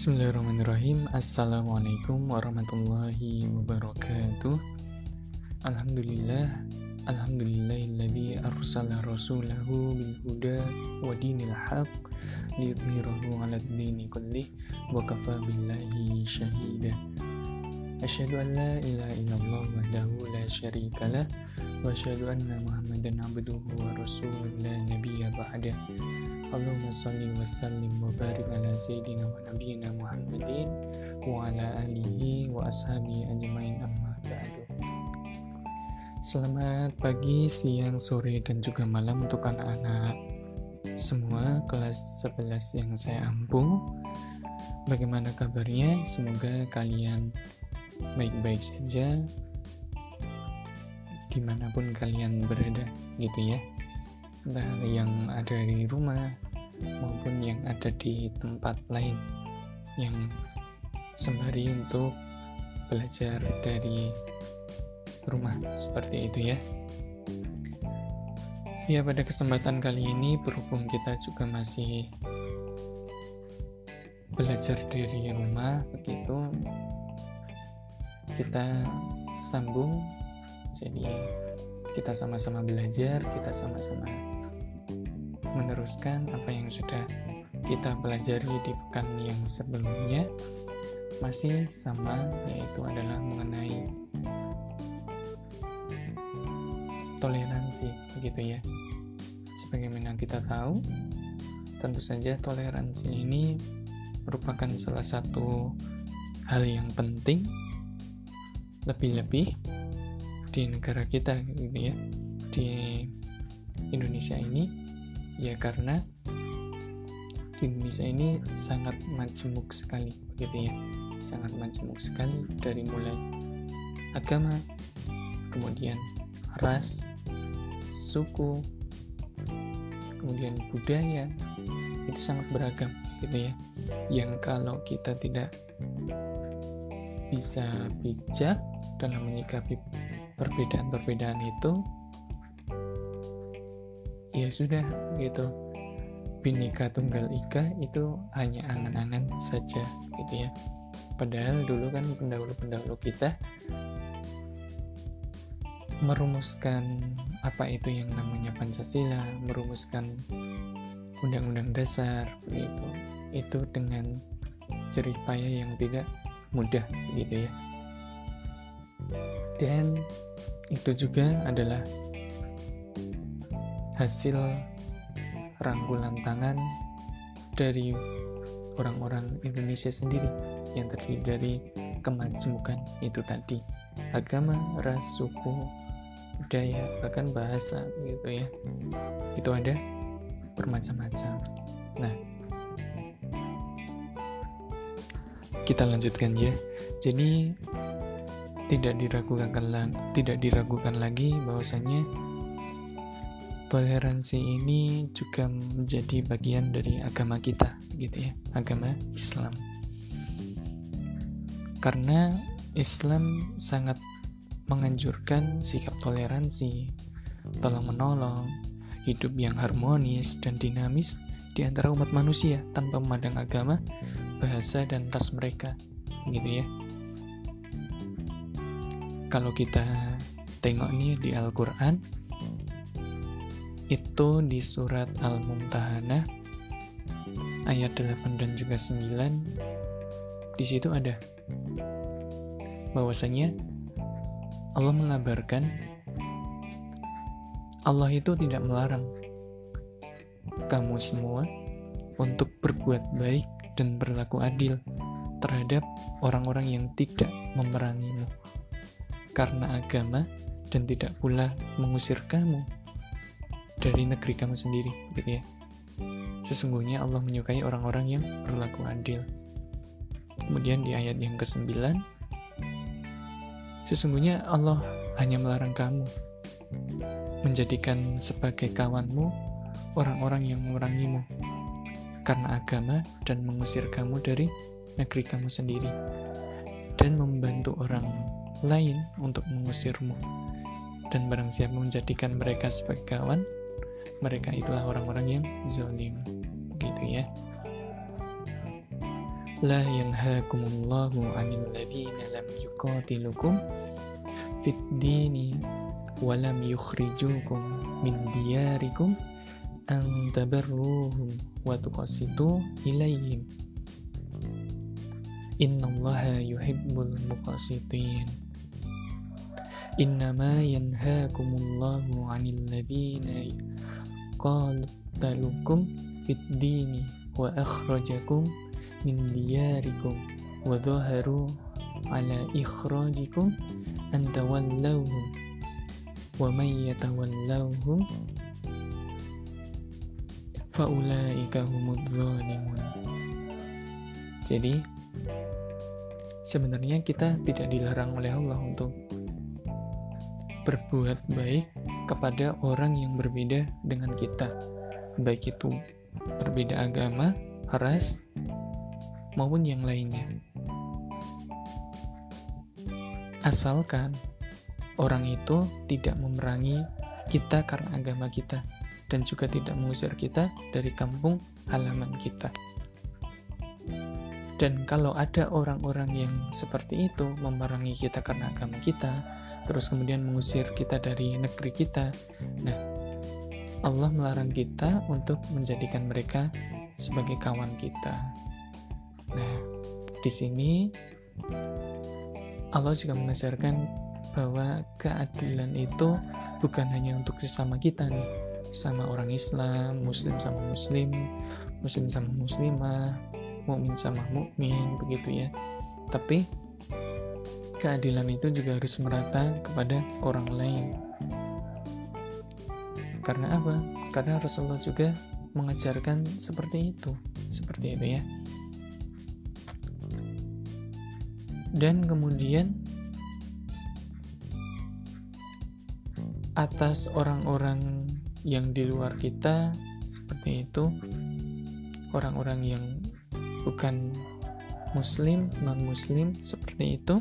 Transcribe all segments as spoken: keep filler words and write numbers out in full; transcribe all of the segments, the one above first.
Bismillahirrahmanirrahim. Assalamualaikum warahmatullahi wabarakatuh. Alhamdulillah Alhamdulillahilladzi arsala rasulahu bil huda wa dinil haq liyudhhirahu 'alad dini kullih wa kafa billahi shahida. Asyhadu an la ilaha illallah wahdahu la syarikalah wa asyhadu anna Muhammadan abduhu wa rasuluhu la nabiyya ba'da. Allahumma salli wa sallim wa barik ala sayyidina wa nabiyyina Muhammadin wa ala alihi wa ashabihi ajmain, amma ba'du. Selamat pagi, siang, sore, dan juga malam untuk anak-anak semua kelas sebelas yang saya ampu. Bagaimana kabarnya? Semoga kalian baik-baik saja dimanapun kalian berada, gitu ya. Entah yang ada di rumah maupun yang ada di tempat lain yang sembari untuk belajar dari rumah, seperti itu ya. Ya, pada kesempatan kali ini berhubung kita juga masih belajar dari rumah, begitu kita sambung, jadi kita sama-sama belajar, kita sama-sama meneruskan apa yang sudah kita pelajari di pekan yang sebelumnya. Masih sama, yaitu adalah mengenai toleransi, begitu ya. Sebagaimana kita tahu, tentu saja toleransi ini merupakan salah satu hal yang penting, lebih-lebih di negara kita, gitu ya, di Indonesia ini. Ya, karena di Indonesia ini sangat majemuk sekali, begitu ya, sangat majemuk sekali, dari mulai agama, kemudian ras, suku, kemudian budaya, itu sangat beragam, gitu ya. Yang kalau kita tidak bisa bijak dalam menyikapi perbedaan-perbedaan itu, ya sudah, gitu. Bhinneka Tunggal Ika itu hanya angan-angan saja, gitu ya. Padahal dulu kan pendahulu-pendahulu kita merumuskan apa itu yang namanya Pancasila, merumuskan Undang-Undang Dasar, begitu. Itu dengan jerih payah yang tidak mudah, gitu ya. Dan itu juga adalah hasil rangkulan tangan dari orang-orang Indonesia sendiri yang terdiri dari kemajemukan itu tadi, agama, ras, suku, budaya, bahkan bahasa, gitu ya. Itu ada bermacam-macam. Nah, kita lanjutkan ya. Jadi tidak diragukan lagi, tidak diragukan lagi bahwasanya toleransi ini juga menjadi bagian dari agama kita, gitu ya, agama Islam. Karena Islam sangat menganjurkan sikap toleransi, tolong-menolong, hidup yang harmonis dan dinamis di antara umat manusia tanpa memandang agama, bahasa, dan ras mereka, gitu ya. Kalau kita tengok nih di Al-Quran, itu di surat Al-Mumtahanah ayat delapan dan juga sembilan, di situ ada bahwasanya Allah mengabarkan Allah itu tidak melarang kamu semua untuk berbuat baik dan berlaku adil terhadap orang-orang yang tidak memerangimu karena agama, dan tidak pula mengusir kamu dari negeri kamu sendiri, gitu ya. Sesungguhnya Allah menyukai orang-orang yang berlaku adil. Kemudian di ayat yang kesembilan, sesungguhnya Allah hanya melarang kamu menjadikan sebagai kawanmu orang-orang yang memerangimu karena agama, dan mengusir kamu dari negeri kamu sendiri, dan membantu orang lain untuk mengusirmu. Dan barang siapa menjadikan mereka sebagai kawan, mereka itulah orang-orang yang zalim, gitu ya. La yanhaakumullahu 'anil ladzina lam yuqatilukum fid dini wa lam yukhrijukum min diyarikum an tabarruhum wa tuqsitu ilaihim. Innallaha yuhibbul muqsitin. Innama yanhaakumullahu 'anil ladzina qatalukum fid dini wa akhrajakum min diyarikum wa dhaharu ala ikhrajikum an tawallawhum wa may yatawallawhum fa ulaika humudz zalimun. Jadi sebenarnya kita tidak dilarang oleh Allah untuk berbuat baik kepada orang yang berbeda dengan kita, baik itu berbeda agama, ras, maupun yang lainnya. Asalkan orang itu tidak memerangi kita karena agama kita, dan juga tidak mengusir kita dari kampung halaman kita. Dan kalau ada orang-orang yang seperti itu memerangi kita karena agama kita, terus kemudian mengusir kita dari negeri kita, nah, Allah melarang kita untuk menjadikan mereka sebagai kawan kita. Nah, di sini Allah juga mengajarkan bahwa keadilan itu bukan hanya untuk sesama kita nih, sama orang Islam, Muslim sama Muslim, Muslim sama Muslimah, mukmin sama mukmin, begitu ya. Tapi keadilan itu juga harus merata kepada orang lain. Karena apa? Karena Rasulullah juga mengajarkan seperti itu, seperti itu ya. Dan kemudian atas orang-orang yang di luar kita seperti itu, orang-orang yang bukan muslim, non-muslim seperti itu,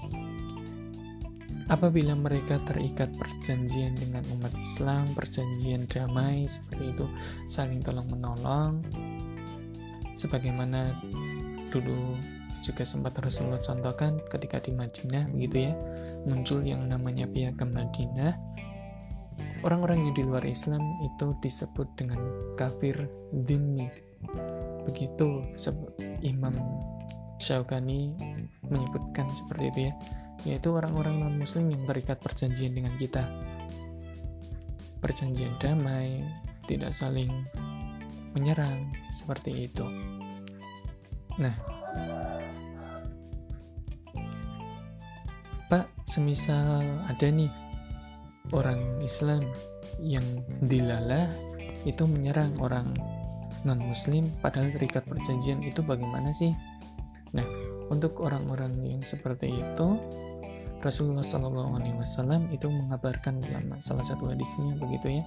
apabila mereka terikat perjanjian dengan umat Islam, perjanjian damai seperti itu, saling tolong-menolong, sebagaimana dulu juga sempat Rasulullah contohkan ketika di Madinah, begitu ya, muncul yang namanya Piagam Madinah. Orang-orang yang di luar Islam itu disebut dengan kafir dhimmi. Begitu Imam Syaukani menyebutkan seperti itu ya, yaitu orang-orang non-muslim yang terikat perjanjian dengan kita, perjanjian damai, tidak saling menyerang, seperti itu. Nah, Pak, semisal ada nih orang Islam yang dilalah itu menyerang orang non-muslim padahal terikat perjanjian, itu bagaimana sih? Nah, untuk orang-orang yang seperti itu, Rasulullah shallallahu alaihi wasallam itu mengabarkan dalam salah satu hadisnya, begitu ya,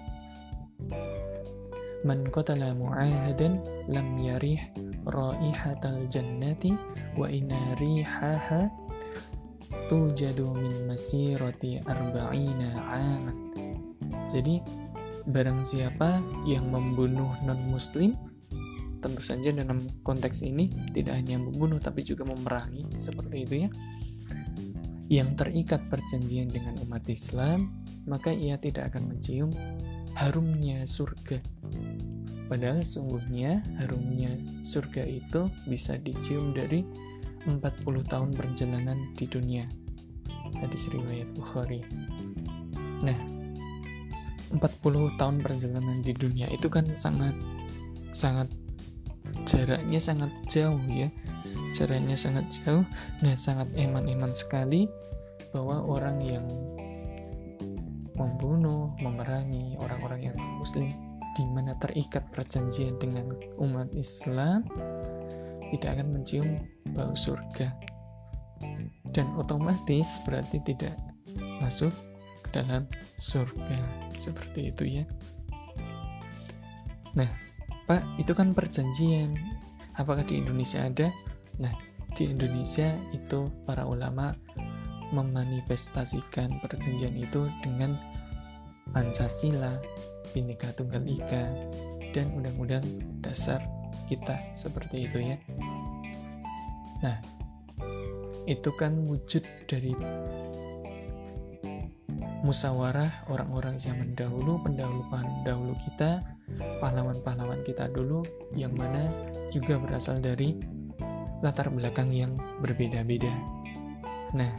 man qatala mu'ahadan lam yarih raihatal jannati wa inna rihaha tujadu min masirati arba'ina aman. Jadi barang siapa yang membunuh non-muslim, tentu saja dalam konteks ini tidak hanya membunuh tapi juga memerangi, seperti itu ya, yang terikat perjanjian dengan umat Islam, maka ia tidak akan mencium harumnya surga. Padahal sungguhnya harumnya surga itu bisa dicium dari empat puluh tahun perjalanan di dunia. Hadis riwayat Bukhari. Nah, empat puluh tahun perjalanan di dunia itu kan sangat sangat jaraknya sangat jauh ya. Jaraknya sangat jauh. Nah, sangat eman-eman sekali bahwa orang yang membunuh, memerangi orang-orang yang muslim di mana terikat perjanjian dengan umat Islam tidak akan mencium bau surga, dan otomatis berarti tidak masuk ke dalam surga, seperti itu ya. Nah, Pak, itu kan perjanjian. Apakah di Indonesia ada? Nah, di Indonesia itu para ulama memanifestasikan perjanjian itu dengan Pancasila, Bhinneka Tunggal Ika, dan Undang-Undang Dasar kita, seperti itu ya. Nah, itu kan wujud dari musyawarah orang-orang zaman dahulu, pendahulu-pendahulu kita, pahlawan-pahlawan kita dulu, yang mana juga berasal dari latar belakang yang berbeda-beda. Nah,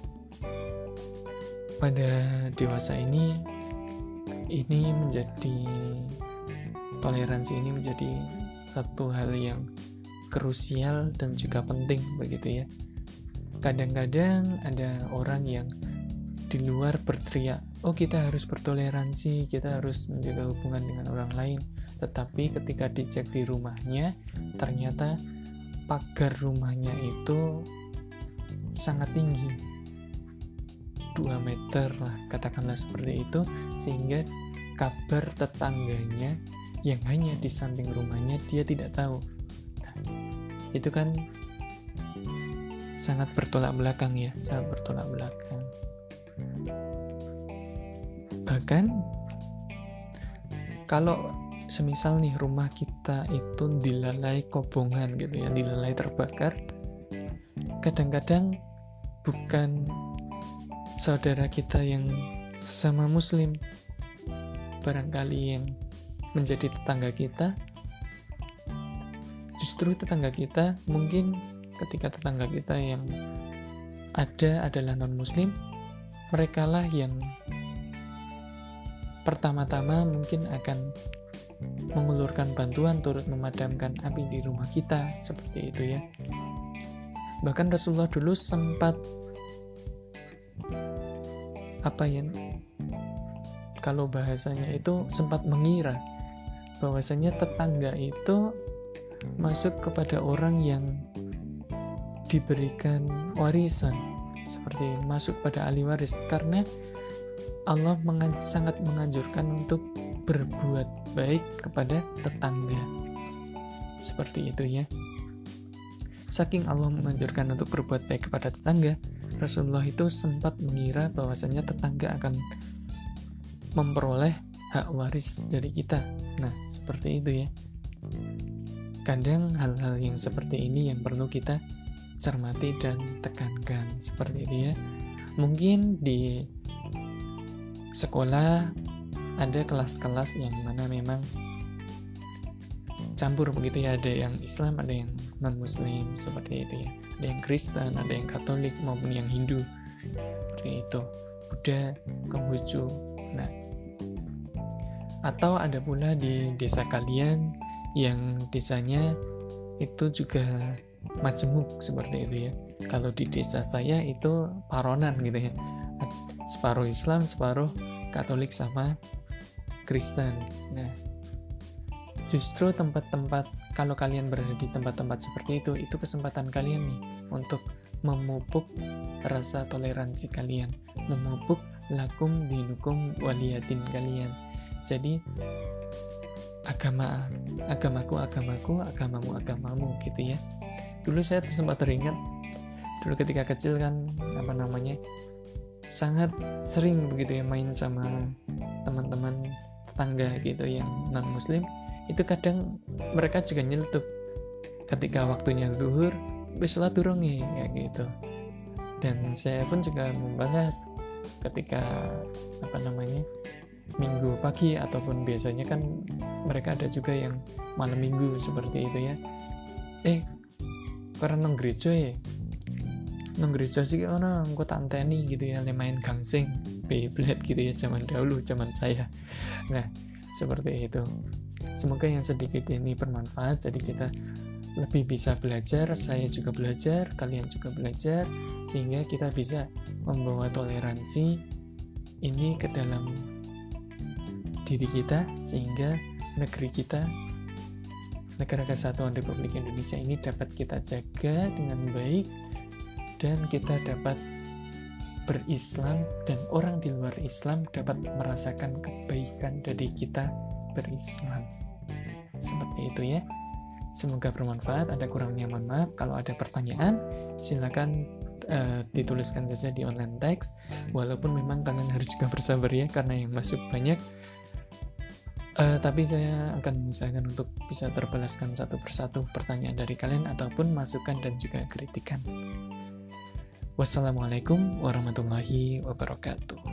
pada dewasa ini, ini menjadi toleransi ini menjadi satu hal yang krusial dan juga penting begitu ya. Kadang-kadang ada orang yang di luar berteriak, oh kita harus bertoleransi, kita harus menjaga hubungan dengan orang lain. Tetapi ketika dicek di rumahnya, ternyata pagar rumahnya itu sangat tinggi, dua meter lah, katakanlah seperti itu, sehingga kabar tetangganya yang hanya di samping rumahnya dia tidak tahu. Nah, itu kan sangat bertolak belakang ya, sangat bertolak belakang. Bahkan kalau semisal nih rumah kita itu dilalai kobongan gitu ya, dilalai terbakar, kadang-kadang bukan saudara kita yang sama muslim, barangkali yang menjadi tetangga kita, justru tetangga kita, mungkin ketika tetangga kita yang ada adalah non-muslim, merekalah yang pertama-tama mungkin akan mengulurkan bantuan turut memadamkan api di rumah kita, seperti itu ya. Bahkan Rasulullah dulu sempat apa ya, kalau bahasanya itu sempat mengira bahwasanya tetangga itu masuk kepada orang yang diberikan warisan, seperti masuk pada ahli waris, karena Allah mengan- sangat menganjurkan untuk berbuat baik kepada tetangga, seperti itu ya. Saking Allah menganjurkan untuk berbuat baik kepada tetangga, Rasulullah itu sempat mengira bahwasanya tetangga akan memperoleh hak waris dari kita. Nah, seperti itu ya. Kadang hal-hal yang seperti ini yang perlu kita cermati dan tekankan, seperti itu ya. Mungkin di sekolah ada kelas-kelas yang mana memang campur begitu ya, ada yang Islam, ada yang non-muslim, seperti itu ya. Ada yang Kristen, ada yang Katolik maupun yang Hindu, seperti itu. Buddha, Konghucu. Nah, atau ada pula di desa kalian yang desanya itu juga majemuk, seperti itu ya. Kalau di desa saya itu paronan gitu ya, separuh Islam, separuh Katolik sama Kristen. Nah, justru tempat-tempat, kalau kalian berada di tempat-tempat seperti itu, itu kesempatan kalian nih untuk memupuk rasa toleransi kalian, memupuk lakum dinukum waliyadin kalian. Jadi agama agamaku agamaku, agamamu agamamu gitu ya. Dulu saya sempat teringat, dulu ketika kecil kan apa namanya sangat sering begitu ya main sama teman-teman tetangga gitu yang non muslim. Itu kadang mereka juga nyeletuk ketika waktunya zuhur, wis salat durung ya, kayak gitu. Dan saya pun juga membahas ketika apa namanya minggu pagi, ataupun biasanya kan mereka ada juga yang malam minggu, seperti itu ya. Eh, karena nang gereja ya, nang gereja sih orang engko tak anteni gitu ya, le main gangsing, Beyblade gitu ya, zaman dahulu, zaman saya. Nah, seperti itu. Semoga yang sedikit ini bermanfaat, jadi kita lebih bisa belajar, saya juga belajar, kalian juga belajar, sehingga kita bisa membawa toleransi ini ke dalam diri kita, sehingga negeri kita, Negara Kesatuan Republik Indonesia ini dapat kita jaga dengan baik, dan kita dapat berislam, dan orang di luar Islam dapat merasakan kebaikan dari kita berislam. Seperti itu ya. Semoga bermanfaat. Ada kurangnya mohon maaf. Kalau ada pertanyaan, silakan uh, dituliskan saja di online text. Walaupun memang kalian harus juga bersabar ya, karena yang masuk banyak. Uh, tapi saya akan mengusahakan untuk bisa terbalaskan satu persatu pertanyaan dari kalian ataupun masukan dan juga kritikan. Wassalamualaikum warahmatullahi wabarakatuh.